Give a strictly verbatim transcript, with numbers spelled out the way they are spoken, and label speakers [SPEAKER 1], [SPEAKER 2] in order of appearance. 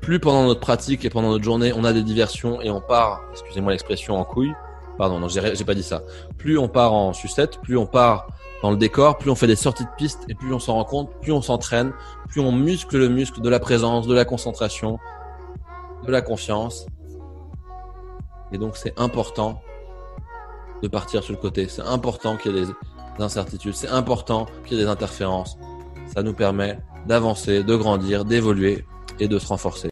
[SPEAKER 1] plus pendant notre pratique et pendant notre journée, on a des diversions et on part, excusez-moi l'expression, en couille. Pardon, non, j'ai, j'ai pas dit ça. Plus on part en sucette, plus on part dans le décor, plus on fait des sorties de piste et plus on s'en rend compte, plus on s'entraîne, plus on muscle le muscle de la présence, de la concentration, de la confiance. Et donc, c'est important de partir sur le côté. C'est important qu'il y ait des incertitudes. C'est important qu'il y ait des interférences. Ça nous permet d'avancer, de grandir, d'évoluer et de se renforcer.